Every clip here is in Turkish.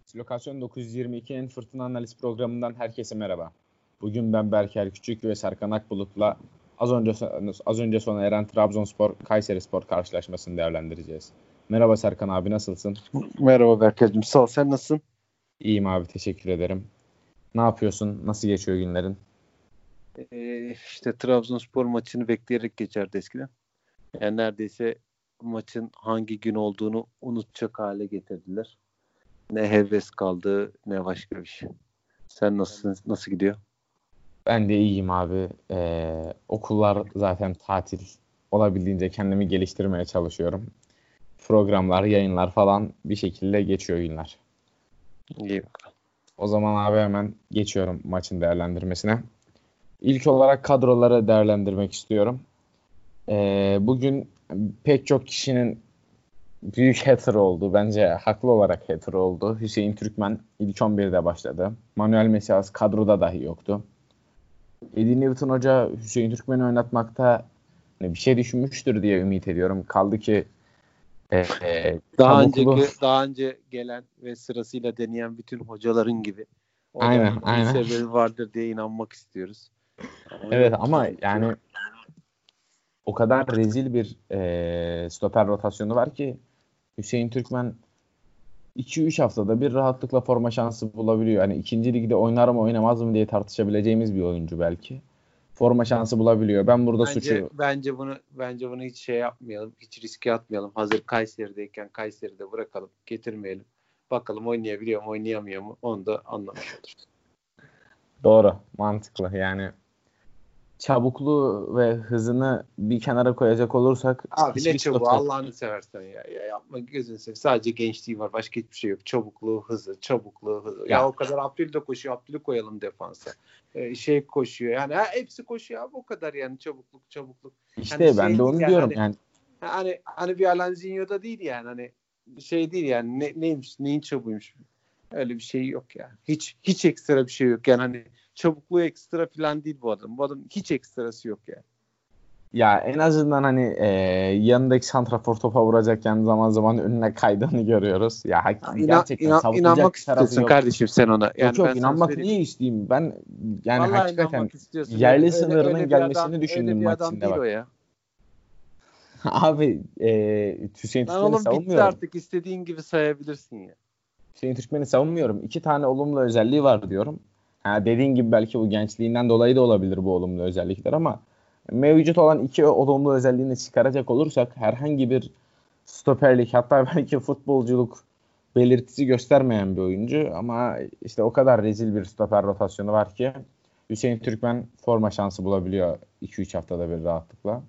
Lokasyon 922'nin Fırtına Analiz programından herkese merhaba. Bugün ben Berker Küçük ve Serkan Akbulut'la az önce sona eren Trabzonspor Kayserispor karşılaşmasını değerlendireceğiz. Merhaba Serkan abi, nasılsın? Merhaba Berker'cim, sağ ol. Sen nasılsın? İyiyim abi, teşekkür ederim. Ne yapıyorsun? Nasıl geçiyor günlerin? İşte Trabzonspor maçını bekleyerek geçerdi eskiden. Yani neredeyse maçın hangi gün olduğunu unutacak hale getirdiler. Ne heves kaldı ne başka bir şey. Sen nasılsın? Nasıl gidiyor? Ben de iyiyim abi. Okullar zaten tatil. Olabildiğince kendimi geliştirmeye çalışıyorum. Programlar, yayınlar falan bir şekilde geçiyor günler. İyi. O zaman abi hemen geçiyorum maçın değerlendirmesine. İlk olarak kadroları değerlendirmek istiyorum. Bugün pek çok kişinin büyük hater oldu. Bence haklı olarak hater oldu. Hüseyin Türkmen ilk 11'de başladı. Manuel Mesias kadroda dahi yoktu. Eddie Newton Hoca Hüseyin Türkmen'i oynatmakta bir şey düşünmüştür diye ümit ediyorum. Kaldı ki daha önce gelen ve sırasıyla deneyen bütün hocaların gibi. O aynen. bir sebebi vardır diye inanmak istiyoruz. Evet ama yani o kadar rezil bir stoper rotasyonu var ki Hüseyin Türkmen 2-3 haftada bir rahatlıkla forma şansı bulabiliyor. Hani ikinci ligde oynar mı oynamaz mı diye tartışabileceğimiz bir oyuncu belki. Forma şansı bulabiliyor. Ben burada bence bunu hiç şey yapmayalım. Hiç riske atmayalım. Hazır Kayseri'deyken Kayseri'de bırakalım. Getirmeyelim. Bakalım oynayabiliyor mu, oynayamıyor mu? Onu da anlamış oluruz. Doğru. Mantıklı. Yani çabukluğu ve hızını bir kenara koyacak olursak abi ne çabuğu Allah'ını seversen ya yapma gözünü seveyim. Sadece gençliği var. Başka hiçbir şey yok. Çabukluğu, hızı. Ya o kadar Abdül de koşuyor. Abdül'ü koyalım defansa. Koşuyor. Yani hepsi koşuyor abi o kadar yani çabukluk. İşte hani ben de onu diyorum yani. Hani bir Alanzinho'da değil yani hani şey değil yani neymiş neyin çabuğuymuş. Öyle bir şey yok yani. Hiç ekstra bir şey yok. Yani hani çabukluğu ekstra falan değil bu adam. Bu adam hiç ekstrası yok yani. Ya en azından hani yanındaki santrafor topa vuracakken zaman zaman önüne kaydığını görüyoruz. Ya gerçekten inanmak istiyorsun kardeşim sen ona. Yani yok inanmak niye isteyeyim? Ben yani vallahi hakikaten yerli sınırının gelmesini düşündüm maç içinde değil bak. O ya. Abi Hüseyin Türkmen'i savunmuyorum. Bitti artık istediğin gibi sayabilirsin ya. Hüseyin Türkmen'i savunmuyorum. 2 tane olumlu özelliği var diyorum. Dediğin gibi belki bu gençliğinden dolayı da olabilir bu olumlu özellikler ama mevcut olan 2 olumlu özelliğini çıkaracak olursak herhangi bir stoperlik hatta belki futbolculuk belirtisi göstermeyen bir oyuncu ama işte o kadar rezil bir stoper rotasyonu var ki Hüseyin Türkmen forma şansı bulabiliyor 2-3 haftada bir rahatlıkla.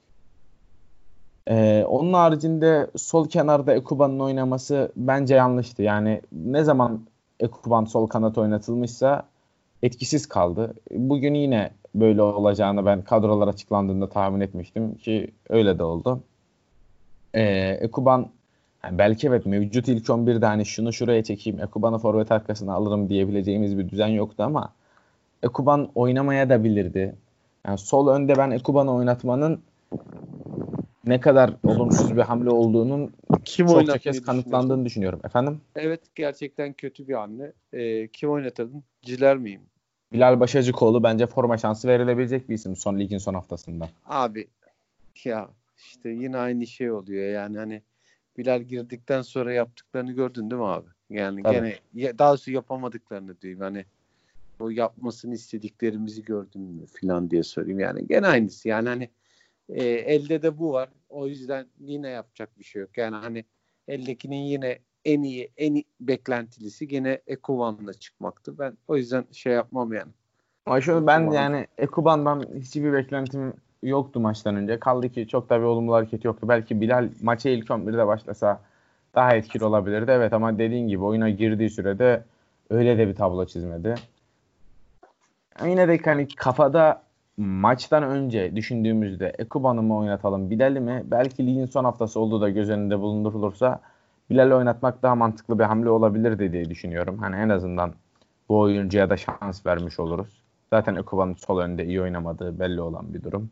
Onun haricinde sol kenarda Ekuban'ın oynaması bence yanlıştı. Yani ne zaman Ekuban sol kanat oynatılmışsa etkisiz kaldı. Bugün yine böyle olacağını ben kadrolar açıklandığında tahmin etmiştim ki öyle de oldu. Ekuban yani belki evet mevcut ilk 11'de hani şunu şuraya çekeyim Ekuban'ı forvet arkasına alırım diyebileceğimiz bir düzen yoktu ama Ekuban oynamaya da bilirdi. Yani sol önde ben Ekuban'ı oynatmanın ne kadar olumsuz bir hamle olduğunun çokça kez kanıtlandığını düşünüyorum. Efendim? Evet gerçekten kötü bir hamle. Kim oynatırdın? Ciler miyim? Bilal Başacıkoğlu bence forma şansı verilebilecek bir isim ligin son haftasında. Abi ya işte yine aynı şey oluyor yani hani Bilal girdikten sonra yaptıklarını gördün değil mi abi? Yani Tabii. gene daha doğrusu yapamadıklarını diyeyim hani o yapmasını istediklerimizi gördün mü falan diye sorayım yani gene aynısı yani hani elde de bu var o yüzden yine yapacak bir şey yok yani hani eldekinin yine en iyi beklentilisi gene Ekuban'la çıkmaktı ben o yüzden şey yapmam yani. Ama ben yani Ekuban'dan hiçbir beklentim yoktu maçtan önce. Kaldı ki çok da bir olumlu hareket yoktu. Belki Bilal maça ilk 11'de başlasa daha etkili olabilirdi. Evet ama dediğin gibi oyuna girdiği sürede öyle de bir tablo çizmedi. Yine de hani kafada maçtan önce düşündüğümüzde Ekuban'ı mı oynatalım Bilal'i mi? Belki ligin son haftası olduğu da göz önünde bulundurulursa Bilal'i oynatmak daha mantıklı bir hamle olabilir diye düşünüyorum. Hani en azından bu oyuncuya da şans vermiş oluruz. Zaten Ekuban'ın sol önde iyi oynamadığı belli olan bir durum.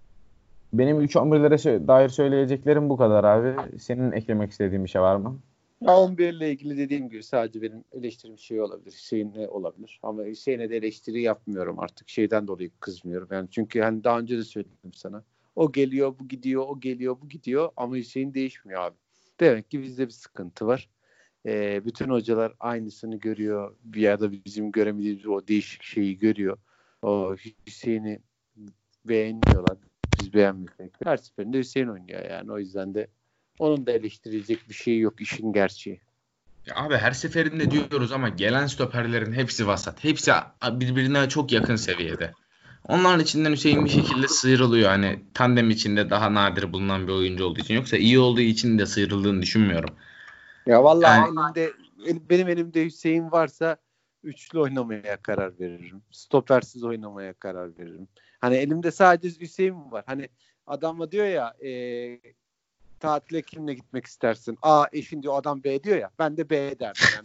Benim 3-11'lere dair söyleyeceklerim bu kadar abi. Senin eklemek istediğin bir şey var mı? Ya 11 ile ilgili dediğim gibi sadece benim eleştirim şey olabilir. Hüseyin'le olabilir. Ama Hüseyin'e de eleştiri yapmıyorum artık. Şeyden dolayı kızmıyorum. Yani çünkü hani daha önce de söyledim sana. O geliyor, bu gidiyor, o geliyor, bu gidiyor. Ama Hüseyin değişmiyor abi. Demek ki bizde bir sıkıntı var. Bütün hocalar aynısını görüyor. Ya da bizim göremediğimiz o değişik şeyi görüyor. O Hüseyin'i beğeniyorlar. Biz beğenmiyoruz. Her seferinde Hüseyin oynuyor yani. O yüzden de onun da eleştirilecek bir şey yok, işin gerçeği. Ya abi her seferinde diyoruz ama gelen stoperlerin hepsi vasat. Hepsi birbirine çok yakın seviyede. Onların içinden Hüseyin bir şekilde sıyrılıyor. Hani tandem içinde daha nadir bulunan bir oyuncu olduğu için. Yoksa iyi olduğu için de sıyrıldığını düşünmüyorum. Ya vallahi Yani benim elimde Hüseyin varsa üçlü oynamaya karar veririm. Stopersiz oynamaya karar veririm. Hani elimde sadece Hüseyin var. Hani adamla diyor ya tatile kimle gitmek istersin? A eşin diyor, adam B diyor ya. Ben de B derdim yani.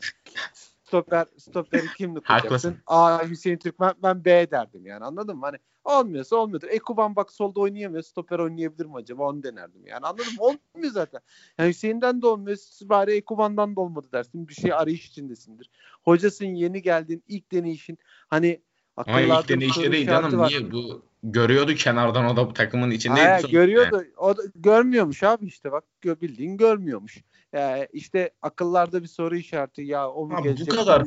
Stoperi kimle tutacaksın? haklısın. A Hüseyin Türkmen, ben B derdim yani, anladın mı? Hani olmuyorsa olmuyordur. Ekuban bak solda oynayamıyor. Stoper oynayabilir mi acaba? Onu denerdim yani, anladın mı? Olmuyor zaten. Yani Hüseyin'den de olmuyor. Bari Ekuban'dan da olmadı dersin. Bir şey arayış içindesindir. Hocasın, yeni geldin. İlk deneyişin. Hani Ama ilk akıllarda bir deneyişte soru değil işareti canım. var. Niye bu görüyordu kenardan, o da bu takımın içindeydi Aya, sonuçta. Yani. görüyordu. O da görmüyormuş abi, işte bak, bildiğin görmüyormuş. İşte akıllarda bir soru işareti, ya o mu Abi gelecek?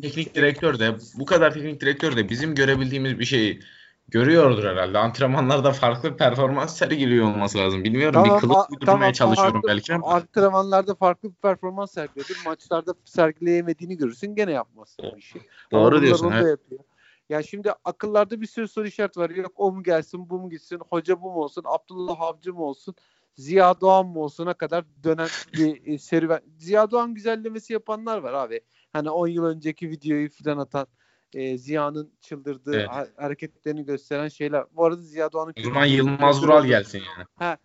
bu kadar teknik direktör de bizim görebildiğimiz bir şeyi görüyordur herhalde. Antrenmanlarda farklı performans sergiliyor olması lazım. Bilmiyorum, bir kılık uydurmaya Tamam, çalışıyorum farklı belki ama. antrenmanlarda farklı bir performans sergiliyordur. Maçlarda sergileyemediğini görürsün, gene yapmazsın o işi. Ama Doğru bunlar diyorsun, onu evet. da yapıyor. Ya şimdi akıllarda bir sürü soru işareti var. Yok o mu gelsin, bu mu gitsin, hoca bu mu olsun, Abdullah Avcı mı olsun, Ziya Doğan mı olsuna kadar dönen bir serüven. Ziya Doğan güzellemesi yapanlar var abi. Hani 10 yıl önceki videoyu falan atan, Ziya'nın çıldırdığı Evet. hareketlerini gösteren şeyler. Bu arada Ziya Doğan'ın O kötü zaman teknik Yılmaz direktör Vural olduğu. gelsin yani. Ha,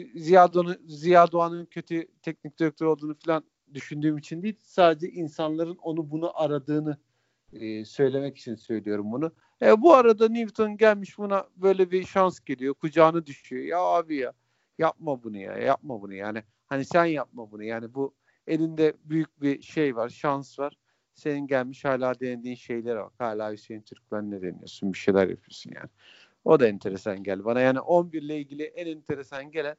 Ziya Doğan'ın kötü teknik direktör olduğunu falan düşündüğüm için değil, sadece insanların onu bunu aradığını söylemek için söylüyorum bunu. Bu arada Newton gelmiş, buna böyle bir şans geliyor, kucağına düşüyor. Ya abi ya, yapma bunu ya, yapma bunu yani. Hani sen yapma bunu yani, bu elinde büyük bir şey var, şans var. Senin gelmiş hala denediğin şeylere bak. Hala Hüseyin Türkmen ne deniyorsun, bir şeyler yapıyorsun yani. O da enteresan geldi bana. Yani 11 ile ilgili en enteresan gelen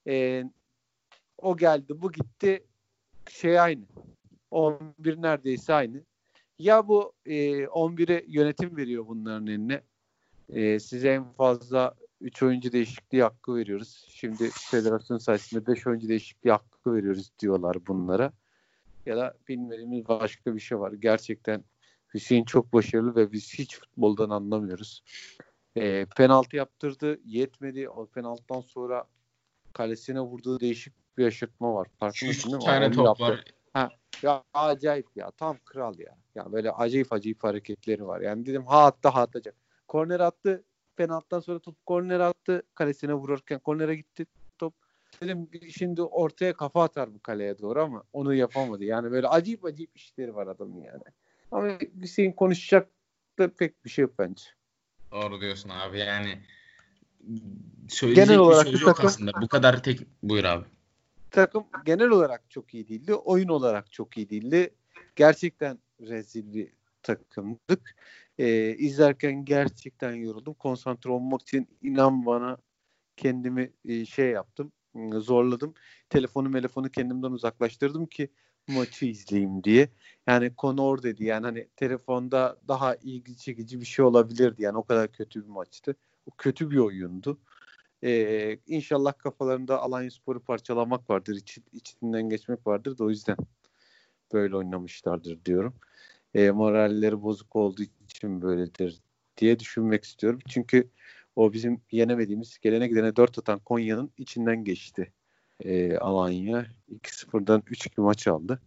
o geldi, bu gitti, şey aynı. 11 neredeyse aynı. Ya bu 11'e yönetim veriyor bunların eline. Size en fazla 3 oyuncu değişikliği hakkı veriyoruz. Şimdi federasyon sayesinde 5 oyuncu değişikliği hakkı veriyoruz diyorlar bunlara. Ya da bilmediğimiz başka bir şey var. Gerçekten Hüseyin çok başarılı ve biz hiç futboldan anlamıyoruz. Penaltı yaptırdı, yetmedi. O penaltıdan sonra kalesine vurduğu değişik bir yaşatma var. Farkındasın 3 değil mi? tane Onu top yaptı. var. Ya acayip ya. Tam kral ya. Ya böyle acayip hareketleri var. Yani dedim ha attı, ha atacak. Korner attı. Penaltıdan sonra top korner attı. Kalesine vururken kornere gitti top. Dedim şimdi ortaya kafa atar bu kaleye doğru, ama onu yapamadı. Yani böyle acayip işleri var adamın yani. Ama Hüseyin konuşacak da pek bir şey yok bence. Doğru diyorsun abi, yani Genel söyleyecek bir olarak söz da yok aslında. Bu kadar Buyur abi. takım genel olarak çok iyi değildi. Oyun olarak çok iyi değildi. Gerçekten rezil bir takımdık. İzlerken gerçekten yoruldum. Konsantre olmak için inan bana kendimi şey yaptım. Zorladım. Telefonu kendimden uzaklaştırdım ki maçı izleyeyim diye. Yani konu oradaydı. Yani hani telefonda daha ilgi çekici bir şey olabilirdi. Yani o kadar kötü bir maçtı. O kötü bir oyundu. İnşallah kafalarında Alanyaspor'u parçalamak vardır. İçinden geçmek vardır da o yüzden böyle oynamışlardır diyorum. Moralleri bozuk olduğu için böyledir diye düşünmek istiyorum. Çünkü o bizim yenemediğimiz, gelene gidene 4 atan Konya'nın içinden geçti Alanya. 2-0'dan 3-2 maç aldı.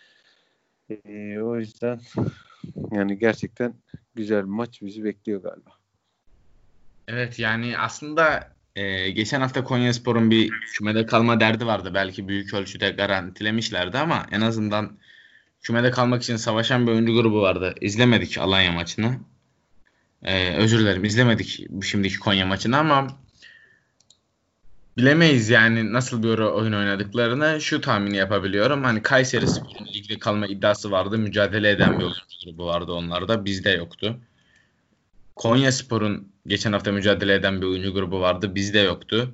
O yüzden yani gerçekten güzel bir maç bizi bekliyor galiba. Evet, yani aslında geçen hafta Konyaspor'un bir kümede kalma derdi vardı. Belki büyük ölçüde garantilemişlerdi ama en azından kümede kalmak için savaşan bir oyuncu grubu vardı. İzlemedik Alanya maçını. Özür dilerim, izlemedik şimdiki Konya maçını ama bilemeyiz yani nasıl bir oyun oynadıklarını. Şu tahmini yapabiliyorum. Hani Kayserispor'un ligde kalma iddiası vardı. Mücadele eden bir oyuncu grubu vardı onlarda. Bizde yoktu. Konyaspor'un geçen hafta mücadele eden bir oyuncu grubu vardı. Bizde yoktu.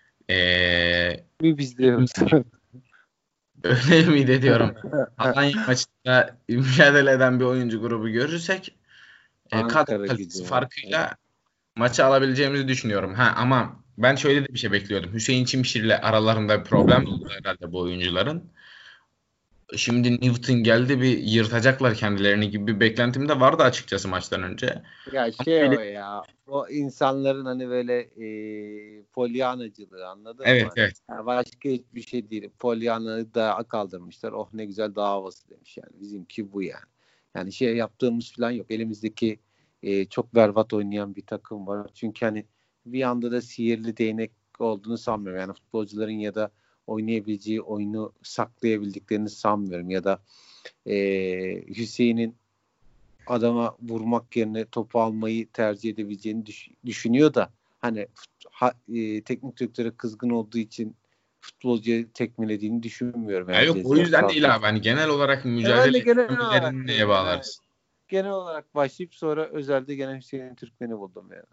Bir bizde yok. Öyle miydi diyorum. Alanya maçında mücadele eden bir oyuncu grubu görürsek kadro Ankara kalitesi gücü. farkıyla maçı alabileceğimizi düşünüyorum. Ama ben şöyle de bir şey bekliyordum. Hüseyin Çimşir'le aralarında bir problem oldu herhalde bu oyuncuların. Şimdi Newton geldi, bir yırtacaklar kendilerini gibi bir beklentim de vardı açıkçası maçtan önce. Ya Ama o öyle... ya. O insanların hani böyle polyanacılığı, anladın mı? Evet. Yani başka hiçbir şey değil. Polyana'yı da kaldırmışlar. Oh ne güzel dağ havası demiş yani. Bizimki bu yani. Yani yaptığımız falan yok. Elimizdeki çok berbat oynayan bir takım var. Çünkü hani bir anda da sihirli değnek olduğunu sanmıyorum. Yani futbolcuların ya da oynayabileceği oyunu saklayabildiklerini sanmıyorum. Ya da Hüseyin'in adama vurmak yerine topu almayı tercih edebileceğini düşünüyor da hani teknik direktöre kızgın olduğu için futbolcuyu tekmelediğini düşünmüyorum. Yani Yok o yüzden değil abi. Hani genel olarak ben de mücadele genel olarak etmelerini neye diyorum. bağlarız? Genel olarak başlayıp sonra özelde gene Hüseyin Türkmen'i buldum ya.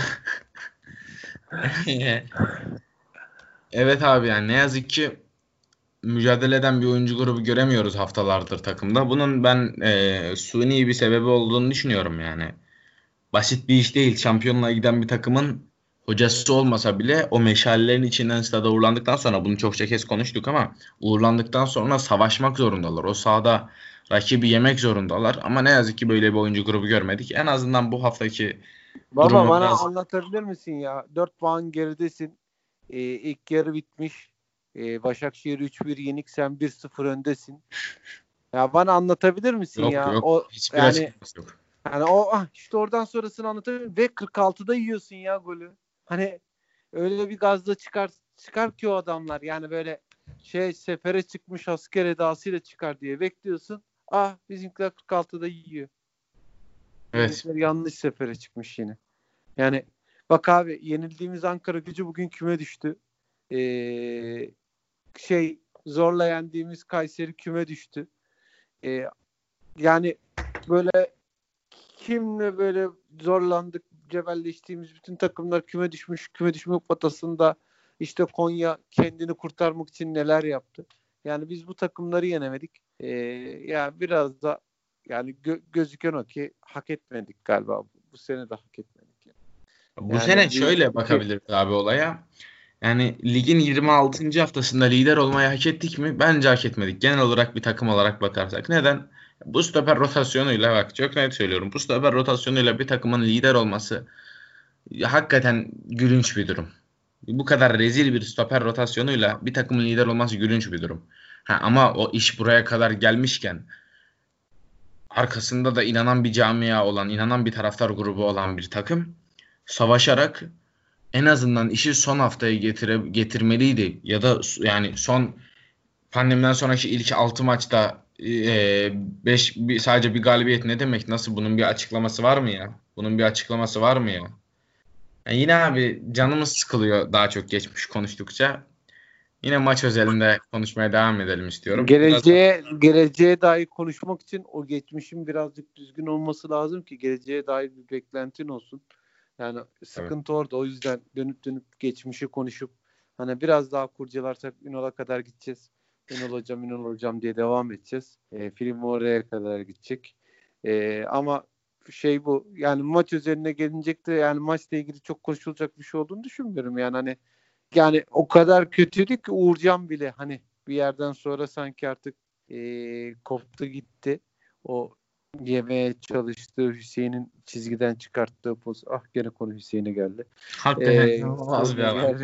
Evet abi, yani ne yazık ki mücadele eden bir oyuncu grubu göremiyoruz haftalardır takımda. Bunun ben suni bir sebebi olduğunu düşünüyorum yani. Basit bir iş değil. Şampiyonluğa giden bir takımın hocası olmasa bile o meşalelerin içinden stada uğurlandıktan sonra, bunu çokça kez konuştuk ama uğurlandıktan sonra savaşmak zorundalar. O sahada rakibi yemek zorundalar. Ama ne yazık ki böyle bir oyuncu grubu görmedik. En azından bu haftaki Baba durumu bana biraz... anlatabilir misin ya? 4 puan geridesin. İlk yarı bitmiş. Başakşehir 3-1 yenik, sen 1-0 öndesin. Ya bana anlatabilir misin ya? Yok. O Hiçbir yani açıklaması yok. hani o işte oradan sonrasını anlatabilirim. Ve 46'da yiyorsun ya golü. Hani öyle bir gazla çıkar ki o adamlar. Yani böyle sefere çıkmış asker edasıyla çıkar diye bekliyorsun. Bizimkiler 46'da yiyor. Evet. Bizimkiler yanlış sefere çıkmış yine. Yani bak abi, yenildiğimiz Ankara Gücü bugün küme düştü. Zorla yendiğimiz Kayseri küme düştü. Yani böyle kimle böyle zorlandık, cebelleştiğimiz bütün takımlar küme düşmüş. Küme düşme potasında işte Konya kendini kurtarmak için neler yaptı. Yani biz bu takımları yenemedik. Ya biraz da yani gözüken o ki hak etmedik galiba. Bu sene de hak etmedik. Bu Yani sene şöyle bakabiliriz abi olaya. Yani ligin 26. haftasında lider olmayı hak ettik mi? Bence hak etmedik. Genel olarak bir takım olarak bakarsak. Neden? Bu stoper rotasyonuyla, bak çok net söylüyorum. Bu stoper rotasyonuyla bir takımın lider olması hakikaten gülünç bir durum. Bu kadar rezil bir stoper rotasyonuyla bir takımın lider olması gülünç bir durum. Ama o iş buraya kadar gelmişken arkasında da inanan bir camia olan, inanan bir taraftar grubu olan bir takım savaşarak en azından işi son haftaya getirmeliydi. Ya da yani son pandemiden sonraki ilk 6 maçta 5 sadece bir galibiyet ne demek? Nasıl, bunun bir açıklaması var mı ya? Bunun bir açıklaması var mı ya? Yani yine abi canımız sıkılıyor daha çok geçmiş konuştukça. Yine maç özelinde konuşmaya devam edelim istiyorum. Geleceğe dair konuşmak için o geçmişin birazcık düzgün olması lazım ki geleceğe dair bir beklentin olsun. Yani sıkıntı orada. O yüzden dönüp geçmişi konuşup hani biraz daha kurcalarsak Ünal'a kadar gideceğiz. Ünal hocam diye devam edeceğiz. Film oraya kadar gidecek. Ama bu yani maç üzerine gelinecek de yani maçla ilgili çok konuşulacak bir şey olduğunu düşünmüyorum. Yani o kadar kötüydü ki Uğurcan bile hani bir yerden sonra sanki artık koptu gitti. O yemeye çalıştığı Hüseyin'in çizgiden çıkarttığı poz. Gene konu Hüseyin'e geldi. Hakikaten az bir adam.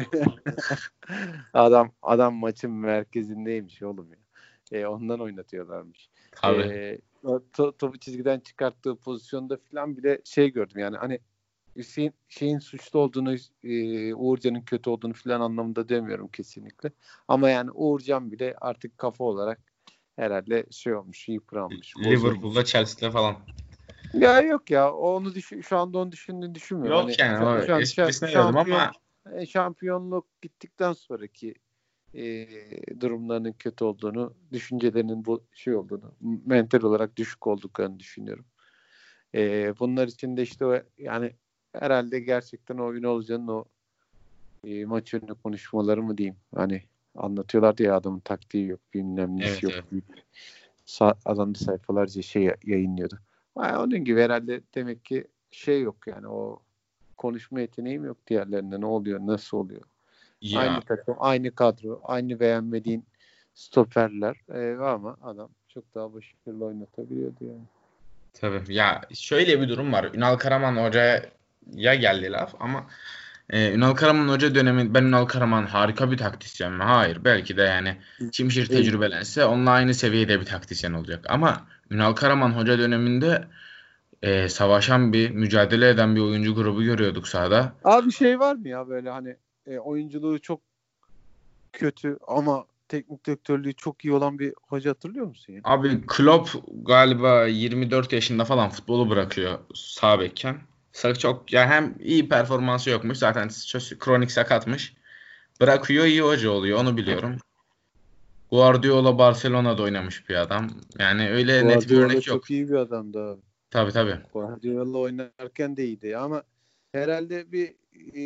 Adam maçın merkezindeymiş oğlum ya. Ondan oynatıyorlarmış. Tabii. Topu çizgiden çıkarttığı pozisyonda falan bile gördüm yani hani Hüseyin suçlu olduğunu, Uğurcan'ın kötü olduğunu falan anlamında demiyorum kesinlikle. Ama yani Uğurcan bile artık kafa olarak herhalde olmuş, yıpranmış, bozulmuş. Liverpool'da, Chelsea'de falan. Ya yok ya, şu anda onu düşündüğünü düşünmüyorum. Yok yani o esprisine dedim ama şampiyonluk gittikten sonraki durumlarının kötü olduğunu, düşüncelerinin bu şey olduğunu, mental olarak düşük olduklarını düşünüyorum. Bunlar için de işte yani herhalde gerçekten oyun olacağının o maç önü konuşmaları mı diyeyim. Hani anlatıyorlardı ya, adamın taktiği yok, bilmem nesi yok. Evet. Adam da sayfalarca şey yayınlıyordu. Onun gibi herhalde demek ki şey yok yani, o konuşma yeteneğim yok diğerlerinde. Ne oluyor, nasıl oluyor? Aynı Ya takım, aynı kadro, aynı beğenmediğin stoperler ama adam çok daha başarılı oynatabiliyordu yani. tabii. Ya şöyle bir durum var. Ünal Karaman Hoca'ya geldi laf ama Ünal Karaman Hoca dönemi, ben Ünal Karaman harika bir taktisyen mi? Hayır. Belki de yani Şimşir Değil. tecrübelense onunla aynı seviyede bir taktisyen olacak. Ama Ünal Karaman Hoca döneminde savaşan bir, mücadele eden bir oyuncu grubu görüyorduk sahada. Abi şey var mı ya, böyle hani oyunculuğu çok kötü ama teknik direktörlüğü çok iyi olan bir hoca hatırlıyor musun ya? Abi Klopp galiba 24 yaşında falan futbolu bırakıyor sağ bekken. Çok ya, hem iyi performansı yokmuş zaten, kronik sakatmış. Bırakıyor, iyi hoca oluyor, onu biliyorum. Guardiola Barcelona'da oynamış bir adam. Yani öyle net bir Guardiola örnek yok. çok iyi bir adamdı abi. Tabii tabii. Guardiola oynarken de iyiydi ama herhalde bir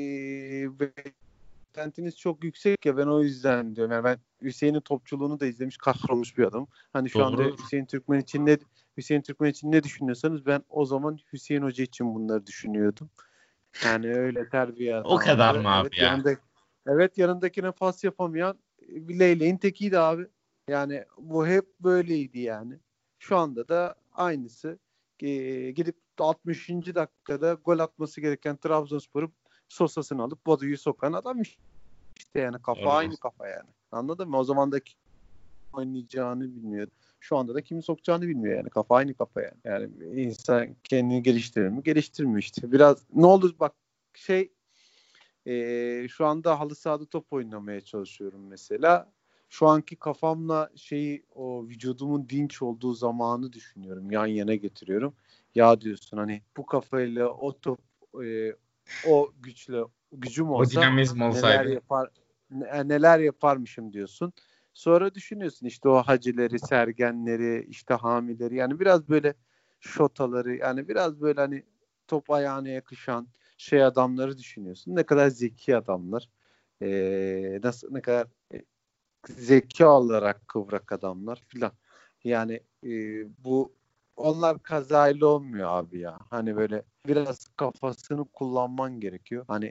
beklentiniz çok yüksek ya, ben o yüzden diyorum. Yani ben Hüseyin'in topçuluğunu da izlemiş, kahrolmuş bir adam. Hani şu anda Doğru. Hüseyin Türkmen için ne düşünüyorsanız ben o zaman Hüseyin Hoca için bunları düşünüyordum. Yani öyle terbiye O kadar adamdı. mı abi ya? Evet, yanındakine pas yapamayan bir leyleğin tekiydi abi. Yani bu hep böyleydi yani. Şu anda da aynısı. Gidip 60. dakikada gol atması gereken Trabzonspor'u sosasını alıp Badu'yu sokan adam işte yani, kafa Doğru. aynı kafa yani. Anladın mı? O zaman da kim oynayacağını bilmiyor. Şu anda da kimi sokacağını bilmiyor yani. Kafa aynı kafa yani. Yani insan kendini geliştirir mi? Geliştirmiyor işte. Biraz ne olur bak şu anda halı sahada top oynamaya çalışıyorum mesela. Şu anki kafamla o vücudumun dinç olduğu zamanı düşünüyorum. Yan yana getiriyorum. Ya diyorsun hani bu kafayla o top o gücüm O olsa dinamizm neler olsaydı. yapar neler yaparmışım diyorsun. Sonra düşünüyorsun işte o Hacileri, Sergenleri, işte Hamileri, yani biraz böyle Şotaları, yani biraz böyle hani top ayağına yakışan adamları düşünüyorsun. Ne kadar zeki adamlar. Nasıl, ne kadar zeka olarak kıvrak adamlar filan. Yani bu onlar kazayla olmuyor abi ya. Hani böyle biraz kafasını kullanman gerekiyor. Hani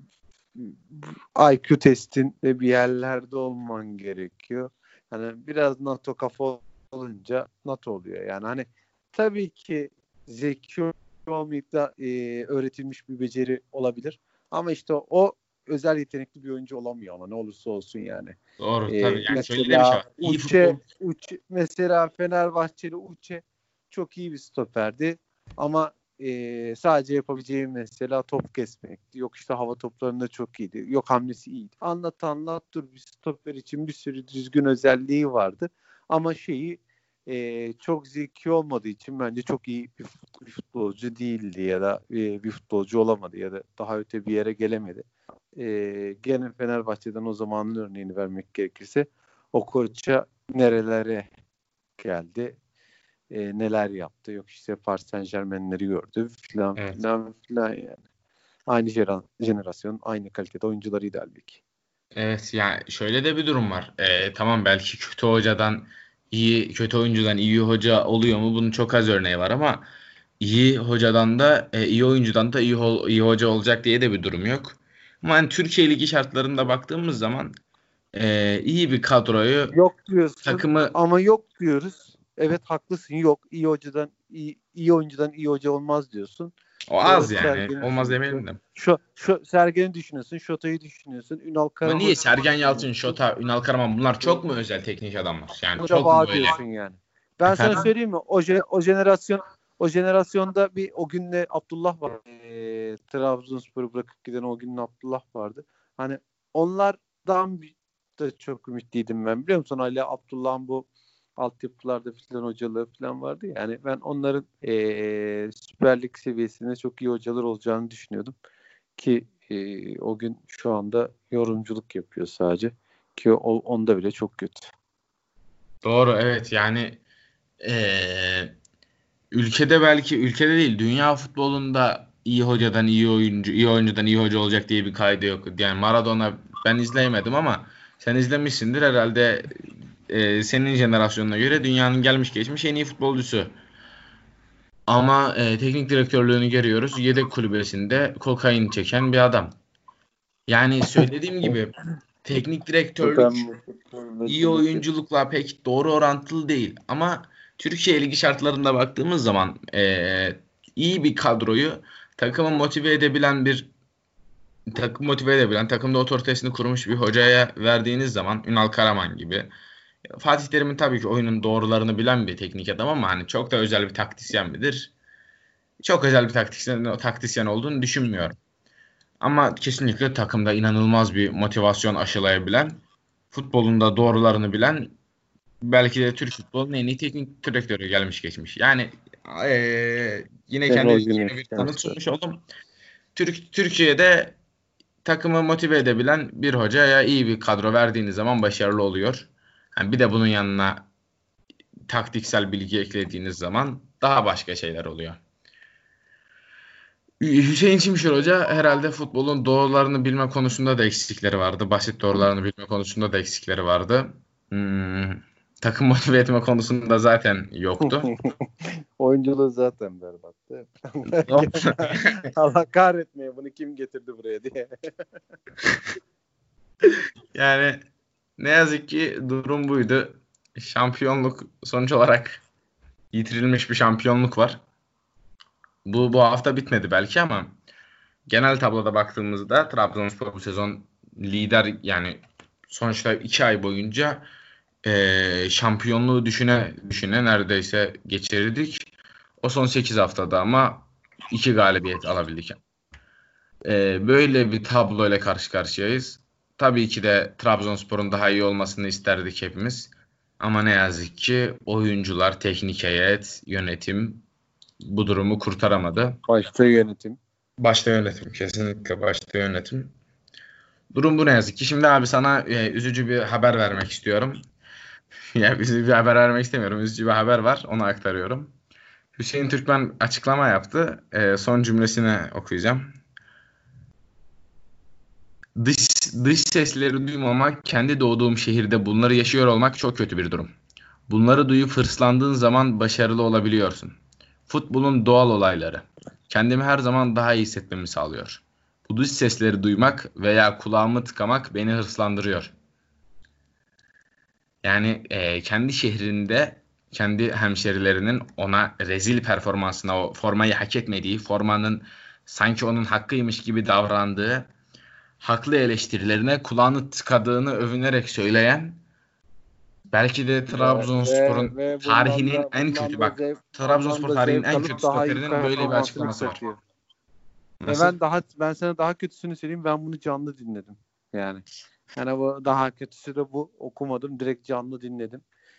IQ testinde bir yerlerde olman gerekiyor. Hani biraz NATO kafa olunca NATO oluyor. Yani hani tabii ki zeki olmayıp da öğretilmiş bir beceri olabilir. Ama işte o özel yetenekli bir oyuncu olamıyor ama ne olursa olsun yani. Doğru tabii, yani şöyle de bir şey Mesela var. İyi futbol. mesela Fenerbahçeli Uche çok iyi bir stoperdi ama sadece yapabileceği mesela top kesmekti. Yok işte hava toplarında çok iyiydi. Yok hamlesi iyiydi. Anlat dur, bir stoper için bir sürü düzgün özelliği vardı. Ama çok zeki olmadığı için bence çok iyi bir futbolcu değildi ya da bir futbolcu olamadı ya da daha öte bir yere gelemedi. Gene Fenerbahçe'den o zamanın örneğini vermek gerekirse o koça nerelere geldi, neler yaptı. Yok işte Paris Saint-Germain'leri gördü filan Evet. filan filan yani. Aynı jenerasyon, aynı kalitede oyuncularıydı halbuki. Evet, yani şöyle de bir durum var. Tamam, belki kötü oyuncudan iyi hoca oluyor mu? Bunun çok az örneği var ama iyi hocadan da iyi oyuncudan da iyi hoca olacak diye de bir durum yok. Ama hani Türkiye Ligi şartlarında baktığımız zaman iyi bir kadroyu, Yok diyorsun takımı, ama yok diyoruz. Evet haklısın, yok. İyi oyuncudan iyi hoca olmaz diyorsun. o Sonra az yani. Sergen'i Olmaz düşünüyorsun. demeyelim de. Şu Sergen'i düşünüyorsun, Şota'yı düşünüyorsun, Ünal Ama niye Karaman'ı Sergen Yalçın, düşünüyorsun. Şota, Ünal Karaman, bunlar E, çok mu özel teknik adamlar? Yani çok mu Acaba böyle? diyorsun yani. Ben sana Efendim? söyleyeyim mi? O jenerasyonda bir o günle Abdullah var. Trabzonspor'u bırakıp giden o günle Abdullah vardı. Hani onlardan da çok ümitliydim ben. Biliyor musun? Ali Abdullah'ın bu altyapılarda filan hocalığı filan vardı ya. Yani ben onların Süper Lig seviyesinde çok iyi hocalar olacağını düşünüyordum. Ki o gün şu anda yorumculuk yapıyor sadece. Ki onda bile çok kötü. Doğru, evet, yani ülkede değil, dünya futbolunda iyi hocadan iyi oyuncu, iyi oyuncudan iyi hoca olacak diye bir kaydı yok. Yani Maradona ben izleyemedim ama sen izlemişsindir herhalde. Senin jenerasyonuna göre dünyanın gelmiş geçmiş en iyi futbolcusu. Ama teknik direktörlüğünü görüyoruz. Yedek kulübesinde kokain çeken bir adam. Yani söylediğim gibi teknik direktörlük iyi oyunculukla pek doğru orantılı değil. Ama Türkiye Ligi şartlarında baktığımız zaman iyi bir kadroyu takımı motive edebilen, takımda otoritesini kurmuş bir hocaya verdiğiniz zaman, Ünal Karaman gibi. Fatih Terim'in tabii ki oyunun doğrularını bilen bir teknik adam ama hani çok da özel bir taktisyen midir? Çok özel bir taktisyen olduğunu düşünmüyorum. Ama kesinlikle takımda inanılmaz bir motivasyon aşılayabilen, futbolun da doğrularını bilen, belki de Türk futbolunun en iyi teknik direktörü gelmiş geçmiş. Yani yine kendi bir tanıt sunmuş oldum. Türkiye'de takımı motive edebilen bir hocaya iyi bir kadro verdiğiniz zaman başarılı oluyor. Yani bir de bunun yanına taktiksel bilgi eklediğiniz zaman daha başka şeyler oluyor. Hüseyin Çimşir Hoca herhalde futbolun doğrularını bilme konusunda da eksikleri vardı. Basit doğrularını bilme konusunda da eksikleri vardı. Takım motive etme konusunda zaten yoktu. Oyunculuğu zaten berbattı. Allah kahretmeye bunu kim getirdi buraya diye. Yani ne yazık ki durum buydu. Şampiyonluk sonuç olarak yitirilmiş bir şampiyonluk var. Bu hafta bitmedi belki ama genel tabloda baktığımızda Trabzonspor bu sezon lider, yani sonuçta 2 ay boyunca şampiyonluğu düşüne neredeyse geçirdik. O son 8 haftada ama 2 galibiyet alabildik. Böyle bir tabloyla karşı karşıyayız. Tabii ki de Trabzonspor'un daha iyi olmasını isterdik hepimiz. Ama ne yazık ki oyuncular, teknik heyet, yönetim bu durumu kurtaramadı. Başta yönetim. Kesinlikle başta yönetim. Durum bu ne yazık ki. Şimdi abi sana üzücü bir haber vermek istiyorum. Yani üzücü bir haber vermek istemiyorum. Üzücü bir haber var. Onu aktarıyorum. Hüseyin Türkmen açıklama yaptı. Son cümlesini okuyacağım. Dış sesleri duymamak, kendi doğduğum şehirde bunları yaşıyor olmak çok kötü bir durum. Bunları duyup hırslandığın zaman başarılı olabiliyorsun. Futbolun doğal olayları. Kendimi her zaman daha iyi hissetmemi sağlıyor. Bu dış sesleri duymak veya kulağımı tıkamak beni hırslandırıyor. Yani kendi şehrinde, kendi hemşerilerinin ona rezil performansına, o formayı hak etmediği, formanın sanki onun hakkıymış gibi davrandığı, haklı eleştirilerine kulağını tıkadığını övünerek söyleyen, belki de Trabzonspor'un tarihinin en kötü, Trabzonspor tarihinin en kötü stoperinin böyle bir açıklaması var. Ben sana daha kötüsünü söyleyeyim. Ben bunu canlı dinledim. Yani bu daha kötüsü de bu. Okumadım. Direkt canlı dinledim.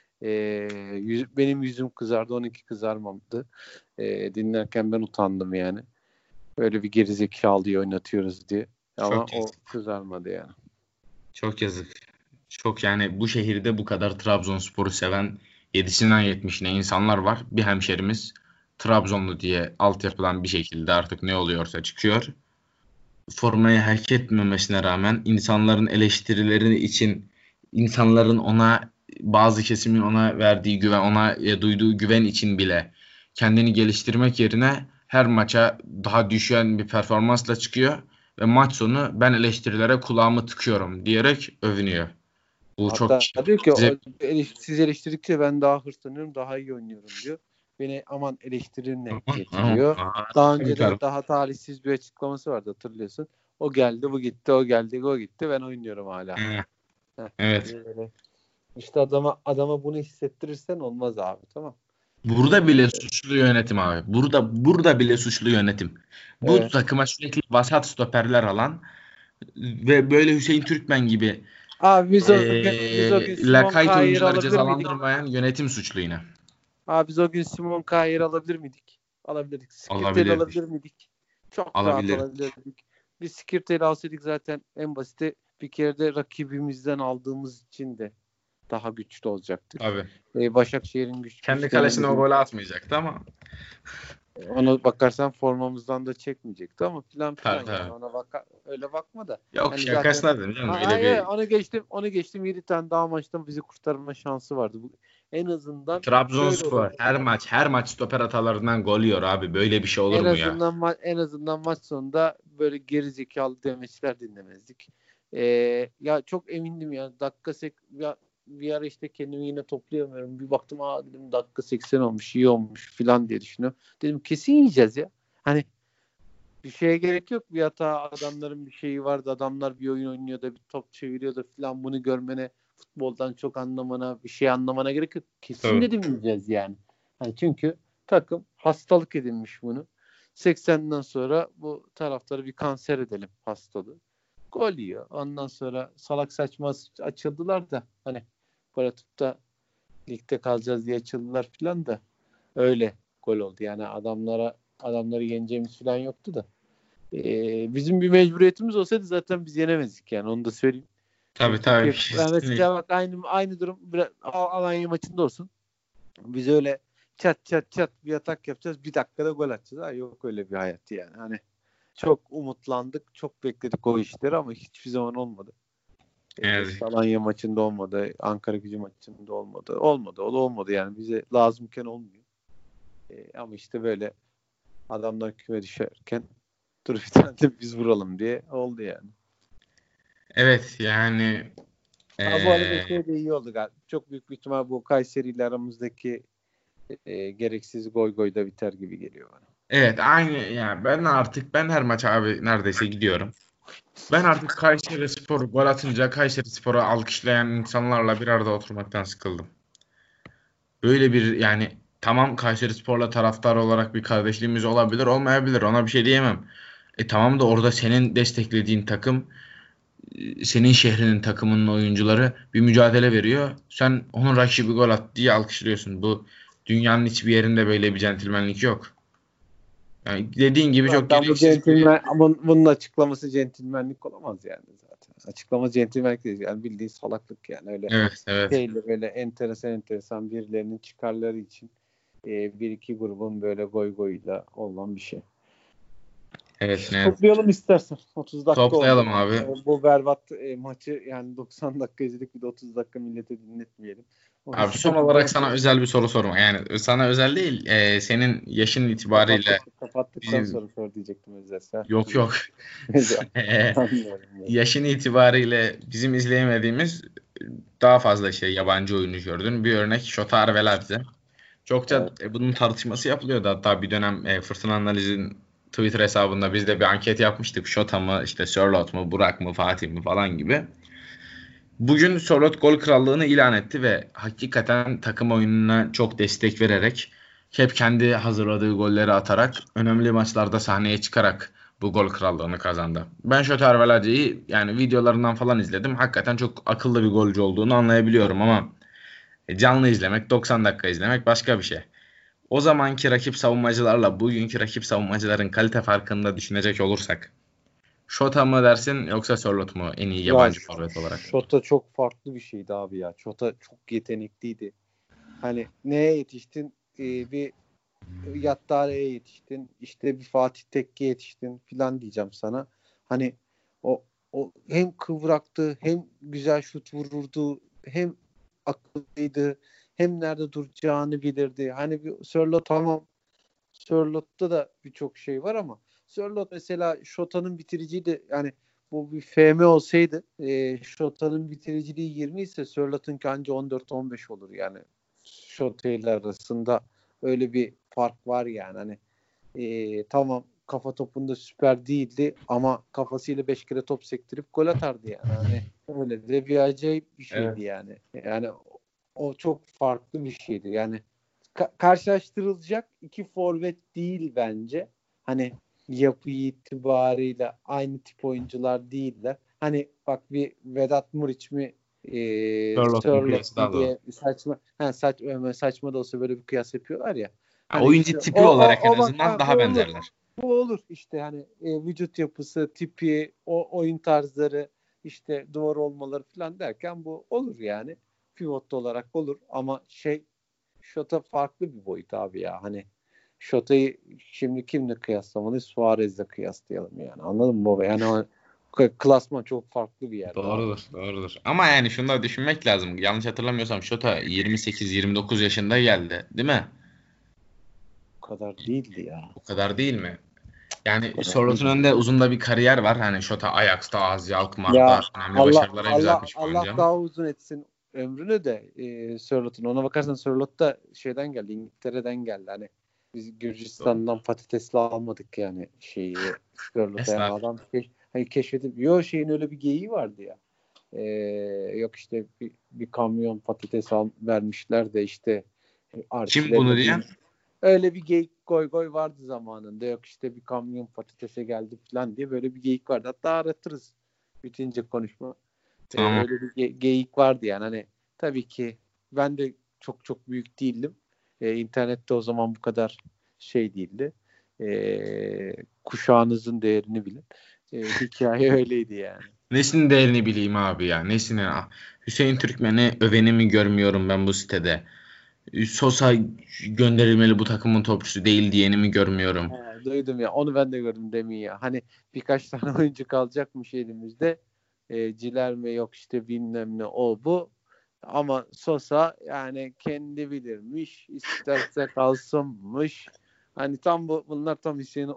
Benim yüzüm kızardı. 12 kızarmadı. Dinlerken ben utandım yani. Böyle bir gerizekalıyı oynatıyoruz diye. Ama o kızarmadı yani. Çok yazık. Çok, yani bu şehirde bu kadar Trabzonspor'u seven 7'sinden 70'ine insanlar var. Bir hemşerimiz Trabzonlu diye altyapıdan bir şekilde artık ne oluyorsa çıkıyor. Formayı hak etmemesine rağmen insanların eleştirileri için, insanların ona, bazı kesimin ona verdiği güven, ona duyduğu güven için bile kendini geliştirmek yerine her maça daha düşen bir performansla çıkıyor ve maç sonu ben eleştirilere kulağımı tıkıyorum diyerek övünüyor. Bu hatta çok diyor ki siz eleştirdikçe ben daha hırslanıyorum, daha iyi oynuyorum diyor. Beni aman eleştirinle getiriyor. Daha önce de daha talihsiz bir açıklaması vardı, hatırlıyorsun. O geldi bu gitti, o geldi o gitti, ben oynuyorum hala. Evet. İşte adama bunu hissettirirsen olmaz abi, tamam. Burada bile suçlu yönetim abi. Burada bile suçlu yönetim. Bu takıma sürekli vasat stoperler alan ve böyle Hüseyin Türkmen gibi abi biz o gün lakayt oyuncuları cezalandırmayan yönetim suçlu yine. Abi biz o gün Simon Kayer'i alabilir miydik? Alabilirdik. Skripleri alabilir miydik? Çok rahat alabilirdik. bir Skirtel'i alsaydık zaten en basiti bir kere de rakibimizden aldığımız için de daha güçlü olacaktık. Tabii. Başakşehir'in Kendi kalesine o golü atmayacaktı ama. Ona bakarsan formamızdan da çekmeyecekti ama filan Tabii, yani. tabii. Ona öyle bakma da. Yok hani şakasına dedim canım. Onu geçtim 7 tane daha maçtan bizi kurtarma şansı vardı. En azından Trabzonspor her maç stoper hatalarından gol yiyor abi. Böyle bir şey olur mu ya? En azından maç sonunda böyle gerizekalı demeçler dinlemezdik. Ya çok emindim ya. Bir ara işte kendimi yine toplayamıyorum. Bir baktım dedim dakika 80 olmuş, iyi olmuş filan diye düşünüyorum. Dedim kesin yiyeceğiz ya. Hani bir şeye gerek yok. Bir hata adamların bir şeyi vardı. Adamlar bir oyun oynuyor da bir top çeviriyor da filan, bunu görmene, futboldan çok anlamana, bir şey anlamana gerek yok. Kesin Tabii. dedim yiyeceğiz yani. Hani çünkü takım hastalık edinmiş bunu. 80'den sonra bu taraftarı bir kanser edelim hastalığı. Gol yiyor. Ondan sonra salak saçma açıldılar da hani gol atıp da ligde kalacağız diye açıldılar filan da öyle gol oldu. Yani adamları yeneceğimiz filan yoktu da. Bizim bir mecburiyetimiz olsaydı zaten biz yenemezdik yani, onu da söyleyeyim. Tabii. Mesela bak aynı durum Alanya maçında olsun. Biz öyle çat bir atak yapacağız. Bir dakikada gol atacağız. Yok öyle bir hayat yani. Hani çok umutlandık. Çok bekledik o işleri ama hiçbir zaman olmadı. Evet. Alanya maçında olmadı. Ankara-Gücü maçında olmadı. Olmadı yani. Bize lazımken olmuyor. Ama işte böyle adamlar küme düşerken dur bir tane de biz vuralım diye oldu yani. Evet yani Bu arada şey de iyi oldu galiba. Çok büyük bir ihtimal bu Kayseri ile aramızdaki gereksiz goy da biter gibi geliyor bana. evet aynı yani ben her maç abi neredeyse gidiyorum. Ben artık Kayserispor gol atınca Kayserispor'u alkışlayan insanlarla bir arada oturmaktan sıkıldım. Böyle bir yani tamam Kayserispor'la taraftar olarak bir kardeşliğimiz olabilir, olmayabilir. Ona bir şey diyemem. Tamam da orada senin desteklediğin takım, senin şehrinin takımının oyuncuları bir mücadele veriyor. Sen onun rakibi gol attı diye alkışlıyorsun. Bu dünyanın hiçbir yerinde böyle bir centilmenlik yok. Yani dediğin gibi çok gereksiz bunun açıklaması centilmenlik olamaz yani zaten. Açıklama centilmenlik değil. Yani bildiğin salaklık yani. Öyle Evet. şeyle böyle enteresan birilerinin çıkarları için bir iki grubun böyle goyla olan bir şey. Evet ne? Toplayalım istersen. 30 dakika Toplayalım oldu. abi. Bu berbat maçı yani 90 dakika izledik, bir de 30 dakika millete dinletmeyelim. Abi son olarak sana özel bir soru sorma. Yani sana özel değil. Senin yaşın itibariyle kapattıktan sonra sor diyecektim özel. Yok. Yaşın itibariyle bizim izleyemediğimiz daha fazla yabancı oyuncu gördün. Bir örnek Şotar Veladze. Çokça bunun tartışması yapılıyordu. Hatta bir dönem Fırtına Analiz'in Twitter hesabında biz de bir anket yapmıştık. Şota mı, işte Sörloth mu, Burak mı, Fatih mi falan gibi. Bugün Sörloth gol krallığını ilan etti ve hakikaten takım oyununa çok destek vererek, hep kendi hazırladığı golleri atarak, önemli maçlarda sahneye çıkarak bu gol krallığını kazandı. Ben Şotar Veladze'yi yani videolarından falan izledim. Hakikaten çok akıllı bir golcü olduğunu anlayabiliyorum ama canlı izlemek, 90 dakika izlemek başka bir şey. O zamanki rakip savunmacılarla bugünkü rakip savunmacıların kalite farkını düşünecek olursak, Şota mı dersin yoksa Sörloth mu en iyi yabancı forvet olarak? Şota çok farklı bir şeydi abi ya. Şota çok yetenekliydi. Hani neye yetiştin? Bir Yattare'ye yetiştin. İşte bir Fatih Tekke'ye yetiştin filan diyeceğim sana. Hani o hem kıvraktı, hem güzel şut vururdu, hem akıllıydı, hem nerede duracağını bilirdi. Hani bir Sörloth, tamam, Sörloth'ta da birçok şey var ama Sörloth mesela Şota'nın bitiriciliği de, yani bu bir FM olsaydı Şota'nın bitiriciliği 20 ise Sörloth'unki anca 14-15 olur yani. Şota ile arasında öyle bir fark var yani. Hani tamam, kafa topunda süper değildi ama kafasıyla 5 kere top sektirip gol atardı yani. Hani öyle de bir acayip bir şeydi yani. Yani o çok farklı bir şeydi. Yani karşılaştırılacak iki forvet değil bence. Hani yapı itibariyle aynı tip oyuncular değiller. Hani bak, bir Vedat Muriç mi Sörloth diye saçma da olsa böyle bir kıyas yapıyorlar ya. Hani oyuncu tipi olarak en azından daha benzerler. Bu olur işte hani vücut yapısı, tipi, o oyun tarzları, işte duvar olmaları falan derken bu olur yani. Pivot olarak olur ama Şota farklı bir boyut abi ya. Hani Şota'yı şimdi kimle kıyaslamalıyız? Suarez'le kıyaslayalım yani. Anladın mı baba? Yani o klasman çok farklı bir yerde abi. Doğrudur. Ama yani şunu da düşünmek lazım. Yanlış hatırlamıyorsam Şota 28-29 yaşında geldi, değil mi? Bu kadar değildi ya. O kadar değil mi? Bu Yani kadar Sorlot'un değildi. önünde uzun da bir kariyer var. Hani Şota Ajax'ta, Azi Alkmaar'da Ya önemli Allah başarılara imza Allah atmış bir Allah oyuncu ama. daha uzun etsin ömrünü de Sörlot'un. Ona bakarsan Sörlot da şeyden geldi. İngiltere'den geldi. Hani biz Gürcistan'dan patatesle almadık yani Sörlot'a. Yani Estağfurullah. adam hani keşfedip şeyin öyle bir geyiği vardı ya. Yok işte bir kamyon patates vermişler de işte Kim bunu Arçilerle diyen? öyle bir geyik goy vardı zamanında. Yok işte bir kamyon patatese geldi falan diye böyle bir geyik vardı. Hatta aratırız bitince konuşma. Tamam. Öyle bir geyik vardı yani. Hani tabii ki ben de çok çok büyük değildim. İnternette o zaman bu kadar değildi. Kuşağınızın değerini bilin. Hikaye öyleydi yani. Nesinin değerini bileyim abi ya. Nesini? Hüseyin Türkmen'i övenimi görmüyorum ben bu sitede. Sosa gönderilmeli bu takımın topçusu değil diyeni mi görmüyorum. Duydum ya. Onu ben de gördüm demin ya. Hani birkaç tane oyuncu kalacakmış elimizde. Ciler yok işte bilmem ne o bu. Ama Sosa yani kendi bilirmiş. İsterse kalsınmış. Hani tam bunlar tam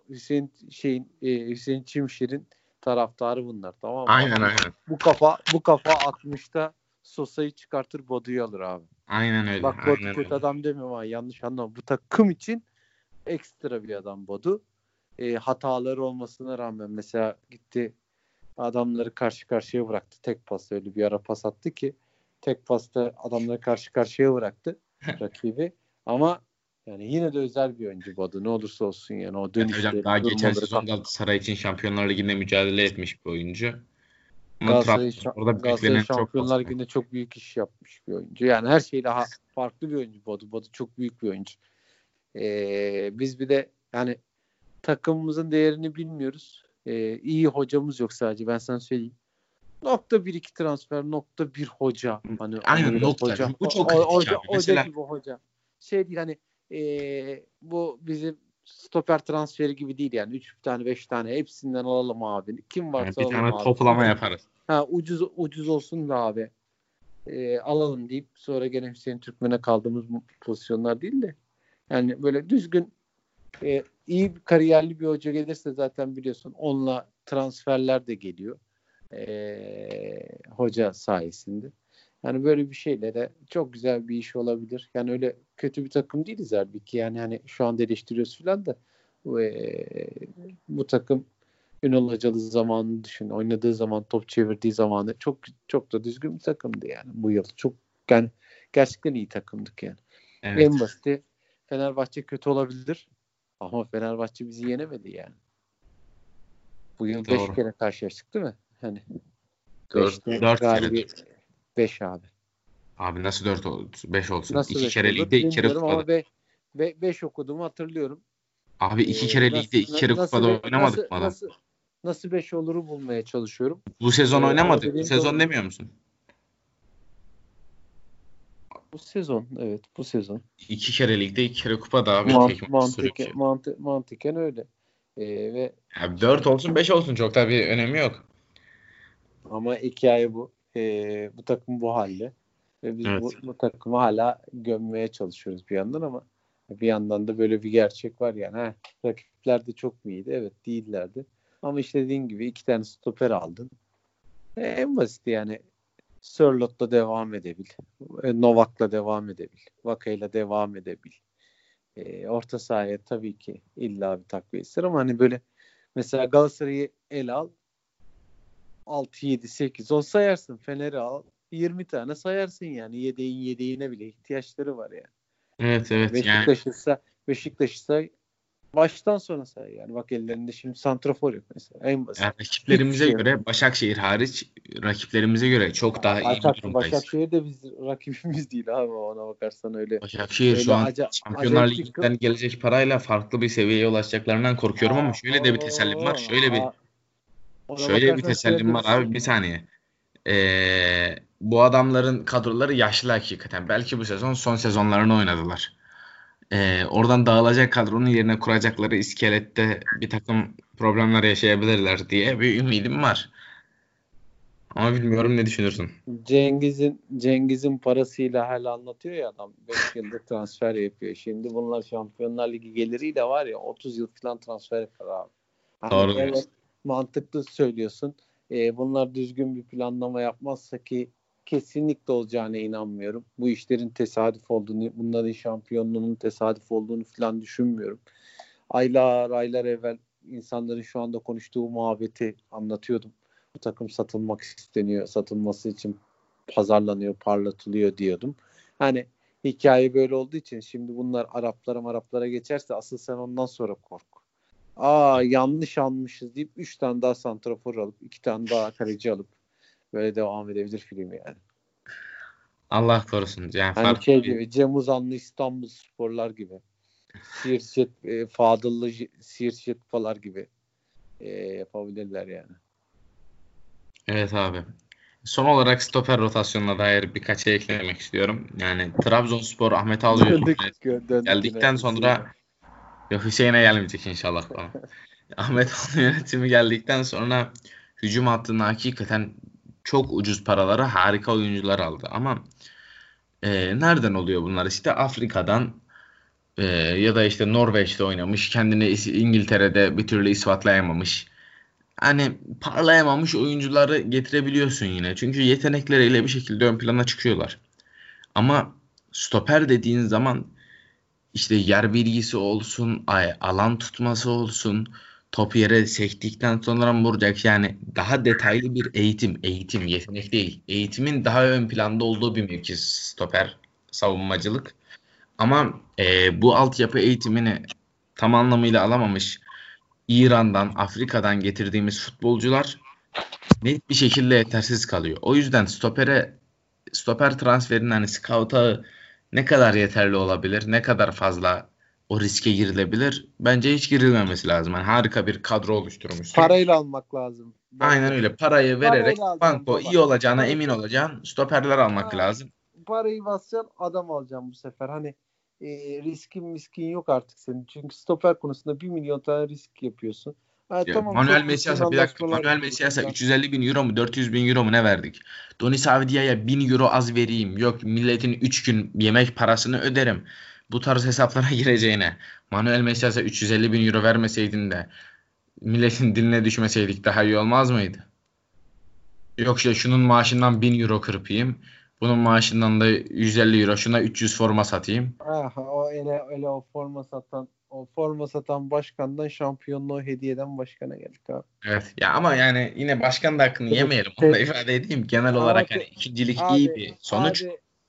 Hüseyin Çimşir'in taraftarı bunlar, tamam mı? Aynen Adam aynen. bu kafa 60'ta Sosa'yı çıkartır Bodu'yu alır abi. Aynen öyle. Bak Bodu Aynen kötü öyle. adam demiyorum ama yanlış anlama. Bu takım için ekstra bir adam Bodu. Hataları olmasına rağmen mesela gitti adamları karşı karşıya bıraktı. Tek pas öyle bir ara pas attı ki tek pasta adamları karşı karşıya bıraktı rakibi. Ama yani yine de özel bir oyuncu Bodu. Ne olursa olsun yani o Evet hocam dönüşleri, daha geçen durmaları. sezon Galatasaray için Şampiyonlar Ligi'nde mücadele etmiş bir oyuncu. Ama Galatasaray, Trabzonspor'da Galatasaray beklenen çok Şampiyonlar fazla. Ligi'nde çok büyük iş yapmış bir oyuncu. Yani her şeyle farklı bir oyuncu Bodu. Bodu çok büyük bir oyuncu. Biz bir de yani takımımızın değerini bilmiyoruz. İyi hocamız yok sadece. Ben sana söyleyeyim. Nokta bir iki transfer, nokta bir hoca. Hani Aynen öyle nokta. hoca. Bu çok kritik abi. Hoca Mesela gibi hoca. Değil hani bu bizim stoper transferi gibi değil yani. 3 tane 5 tane hepsinden alalım abi. Kim varsa bir alalım tane abi. toplama yaparız. Ucuz olsun da abi. Alalım deyip sonra gene Hüseyin Türkmen'e kaldığımız pozisyonlar değil de yani böyle düzgün iyi bir kariyerli bir hoca gelirse zaten biliyorsun onunla transferler de geliyor. Hoca sayesinde. Yani böyle bir şeylere çok güzel bir iş olabilir. Yani öyle kötü bir takım değiliz halbuki. Yani hani şu anda eleştiriyoruz falan da bu takım Ünal Hocalı zamanını düşün. Oynadığı zaman, top çevirdiği zamanı çok çok da düzgün bir takımdı yani bu yıl. Çok yani gerçekten iyi takımdık yani. En Evet. basiti Fenerbahçe kötü olabilir ama Fenerbahçe bizi yenemedi yani. Bu yıl 5 Doğru. kere karşılaştık değil mi? Hani 5'te 4 kere. galibiyet 5 abi. Abi nasıl 4 olsun? 5 olsun. Nasıl 2 5 kere olur ligde 2 kere bilmiyorum kupada. ama 5 okuduğumu hatırlıyorum. Abi 2 kere ligde 2 kere kupada oynamadık mı adam? Nasıl 5 oluru bulmaya çalışıyorum. Bu sezon Ama oynamadık. Bu dediğin doğru. sezon demiyor musun? Bu sezon evet bu sezon. 2 kere ligde 2 kere kupada abi. Tek maç sürüyor. Mantıken öyle. Ve Abi işte 4 olsun 5 olsun çok da bir önemi yok. ama hikaye bu. Bu takım bu halde. Ve biz Evet. bu takımı hala gömmeye çalışıyoruz bir yandan ama bir yandan da böyle bir gerçek var yani. Rakipler de çok mu iyiydi? Evet değillerdi. Ama işte dediğin gibi 2 tane stoper aldın. En basit yani Sörlot'la devam edebil. Novak'la devam edebil. Vaka'yla devam edebil. Orta sahaya tabii ki illa bir takviye ister ama hani böyle mesela Galatasaray'ı el al 6, 7, 8 10 sayarsın. Fener'i al 20 tane sayarsın yani. Yedeğine bile ihtiyaçları var yani. Evet Yani yani Beşiktaş'ı say Baştan sona say yani. Bak ellerinde şimdi santrafor yok mesela. En basit. Yani rakiplerimize Hiçbir şey göre Başakşehir hariç rakiplerimize göre çok daha iyi bir durumdayız. Başakşehir de biz rakibimiz değil abi, ona bakarsan öyle. Başakşehir şu Öyle an Şampiyonlar acayip bir Ligi'nden gelecek parayla farklı bir seviyeye ulaşacaklarından korkuyorum ama şöyle de bir tesellim var. ona Şöyle bir bakarsan şöyle tesellim de var bir şey. abi, bir saniye. Bu adamların kadroları yaşlı hakikaten. Belki bu sezon son sezonlarını oynadılar. Oradan dağılacak kadronun yerine kuracakları iskelette bir takım problemler yaşayabilirler diye bir ümidim var. Ama bilmiyorum, ne düşünürsün? Cengiz'in parasıyla hala anlatıyor ya adam. 5 yıldır transfer yapıyor. Şimdi bunlar Şampiyonlar Ligi geliriyle var ya 30 yıl falan transfer yapar abi. Hani Doğru evet, diyorsun. mantıklı söylüyorsun. Bunlar düzgün bir planlama yapmazsa, ki kesinlikle olacağına inanmıyorum. Bu işlerin tesadüf olduğunu, bunların şampiyonluğunun tesadüf olduğunu falan düşünmüyorum. Aylar evvel insanların şu anda konuştuğu muhabbeti anlatıyordum. Bu takım satılmak isteniyor, satılması için pazarlanıyor, parlatılıyor diyordum. Hani hikaye böyle olduğu için şimdi bunlar Araplara geçerse asıl sen ondan sonra kork. Yanlış almışız deyip 3 tane daha santrafor alıp 2 tane daha kaleci alıp böyle devam edebilir film yani. Allah korusun. Yani Hani farklı bir... gibi Cem Uzanlı İstanbulsporlar gibi. Fadıllı Siirt Jetpalar gibi yapabilirler yani. Evet abi. Son olarak stoper rotasyonuna dair birkaç şey eklemek istiyorum. Yani Trabzonspor Ahmet Ağlı Döndük geldikten yine. sonra, yok Hüseyin'e gelmeyecek inşallah bana. Ahmet Ağlı yönetimi geldikten sonra hücum hattına hakikaten çok ucuz paralara harika oyuncular aldı. Ama nereden oluyor bunlar? İşte Afrika'dan ya da işte Norveç'te oynamış, kendini İngiltere'de bir türlü ispatlayamamış. Hani parlayamamış oyuncuları getirebiliyorsun yine. Çünkü yetenekleriyle bir şekilde ön plana çıkıyorlar. Ama stoper dediğin zaman işte yer bilgisi olsun, alan tutması olsun, top yere sektikten sonra mı vuracak? Yani daha detaylı bir eğitim, yetenek değil. Eğitimin daha ön planda olduğu bir mevki stoper, savunmacılık. Ama bu altyapı eğitimini tam anlamıyla alamamış İran'dan, Afrika'dan getirdiğimiz futbolcular net bir şekilde yetersiz kalıyor. O yüzden stoper transferinin hani scout'a ne kadar yeterli olabilir, ne kadar fazla o riske girilebilir? Bence hiç girilmemesi lazım. Yani harika bir kadro oluşturmuşsun. Parayla almak lazım. Aynen öyle. Parayı vererek Parayla alacaksın banko baba. iyi olacağına emin olacağın stoperler almak lazım. Parayı basacaksın, adam alacaksın bu sefer. Hani riskin yok artık senin. Çünkü stoper konusunda 1 milyon tane risk yapıyorsun. Tamam, Manuel çok düzgün Mesias'a bir dakika. anlaşmalar Manuel yapıyorsun Mesias'a falan. 350 bin euro mu 400 bin euro mu ne verdik? Donis Avdia'ya 1000 euro az vereyim. Yok milletin 3 gün yemek parasını öderim. Bu tarz hesaplara gireceğine. Manuel Mesias'a 350 bin euro vermeseydin de milletin diline düşmeseydik daha iyi olmaz mıydı? Yok işte şunun maaşından 1000 euro kırpayım. Bunun maaşından da 150 euro. Şuna 300 forma satayım. Öyle o forma satan başkandan şampiyonluğu hediye eden başkana geldik abi. Evet ya, ama yani yine başkan da hakkını Evet, yemeyelim. Onu da ifade edeyim. Genel olarak hani ikincilik iyi bir sonuç.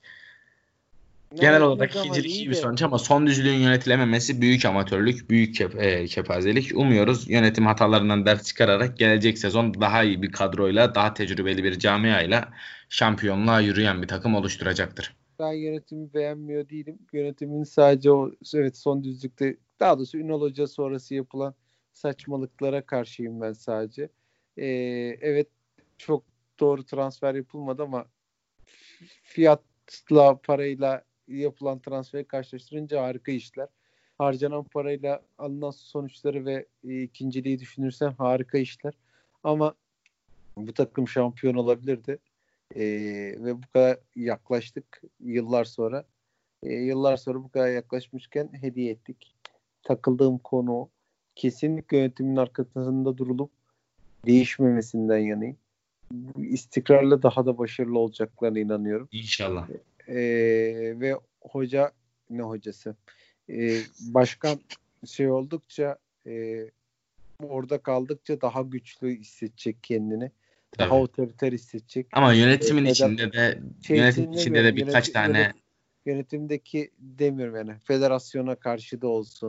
Genel olarak zaman ikincilik iyi iyi bir de sonuç ama son düzlüğün yönetilememesi büyük amatörlük, büyük kepazelik. Umuyoruz yönetim hatalarından ders çıkararak gelecek sezon daha iyi bir kadroyla, daha tecrübeli bir camiayla şampiyonluğa yürüyen bir takım oluşturacaktır. ben yönetimi beğenmiyor değilim. Yönetimin sadece son düzlükte, daha doğrusu Ünal Hoca sonrası yapılan saçmalıklara karşıyım ben sadece. Evet, çok doğru transfer yapılmadı ama fiyatla, parayla yapılan transferi karşılaştırınca harika işler. Harcanan parayla alınan sonuçları ve ikinciliği düşünürsen harika işler. Ama bu takım şampiyon olabilirdi. Ve bu kadar yaklaştık yıllar sonra. Yıllar sonra bu kadar yaklaşmışken hediye ettik. Takıldığım konu o. Kesinlikle yönetimin arkasında durulup değişmemesinden yanayım. İstikrarla daha da başarılı olacaklarına inanıyorum. İnşallah. Ve hoca, ne hocası? Başkan oldukça, orada kaldıkça daha güçlü hissedecek kendini. Daha Tabii. otoriter hissedecek. Ama yönetim içinde de birkaç tane yönetimdeki demiyorum yani, federasyona karşı da olsun,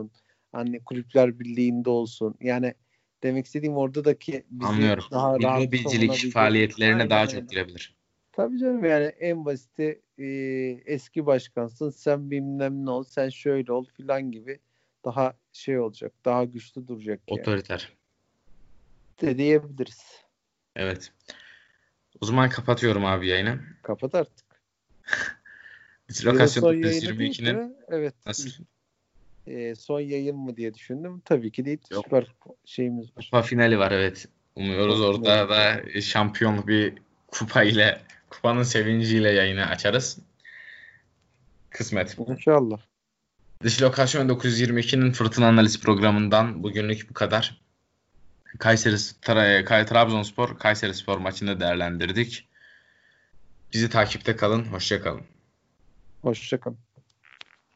Hani Kulüpler Birliği'nde olsun. Yani demek istediğim oradaki bizi Anlıyorum. daha rahat Mikrobicilik savunabilecek. faaliyetlerine daha Aynen çok öyle. girebilir. Tabii canım, yani en basiti eski başkansın, sen bilmem ne ol, sen şöyle ol filan gibi daha şey olacak, daha güçlü duracak yani. Otoriter. De diyebiliriz. Evet. O zaman kapatıyorum abi yayını. Kapat artık. Dislokasyon Son yayını değil 922'nin mi? Evet. nasıl? Son yayın mı diye düşündüm. Tabii ki değil. Yok. Süper şeyimiz var. Kupa finali var, evet. Umuyoruz Kupa orada finali. da şampiyon bir kupa ile, kupanın sevinciyle yayını açarız. Kısmet. İnşallah. Dislokasyon 922'nin fırtına analiz programından bugünlük bu kadar. Trabzonspor Kayserispor maçını değerlendirdik. Bizi takipte kalın. Hoşça kalın. Hoşça kalın.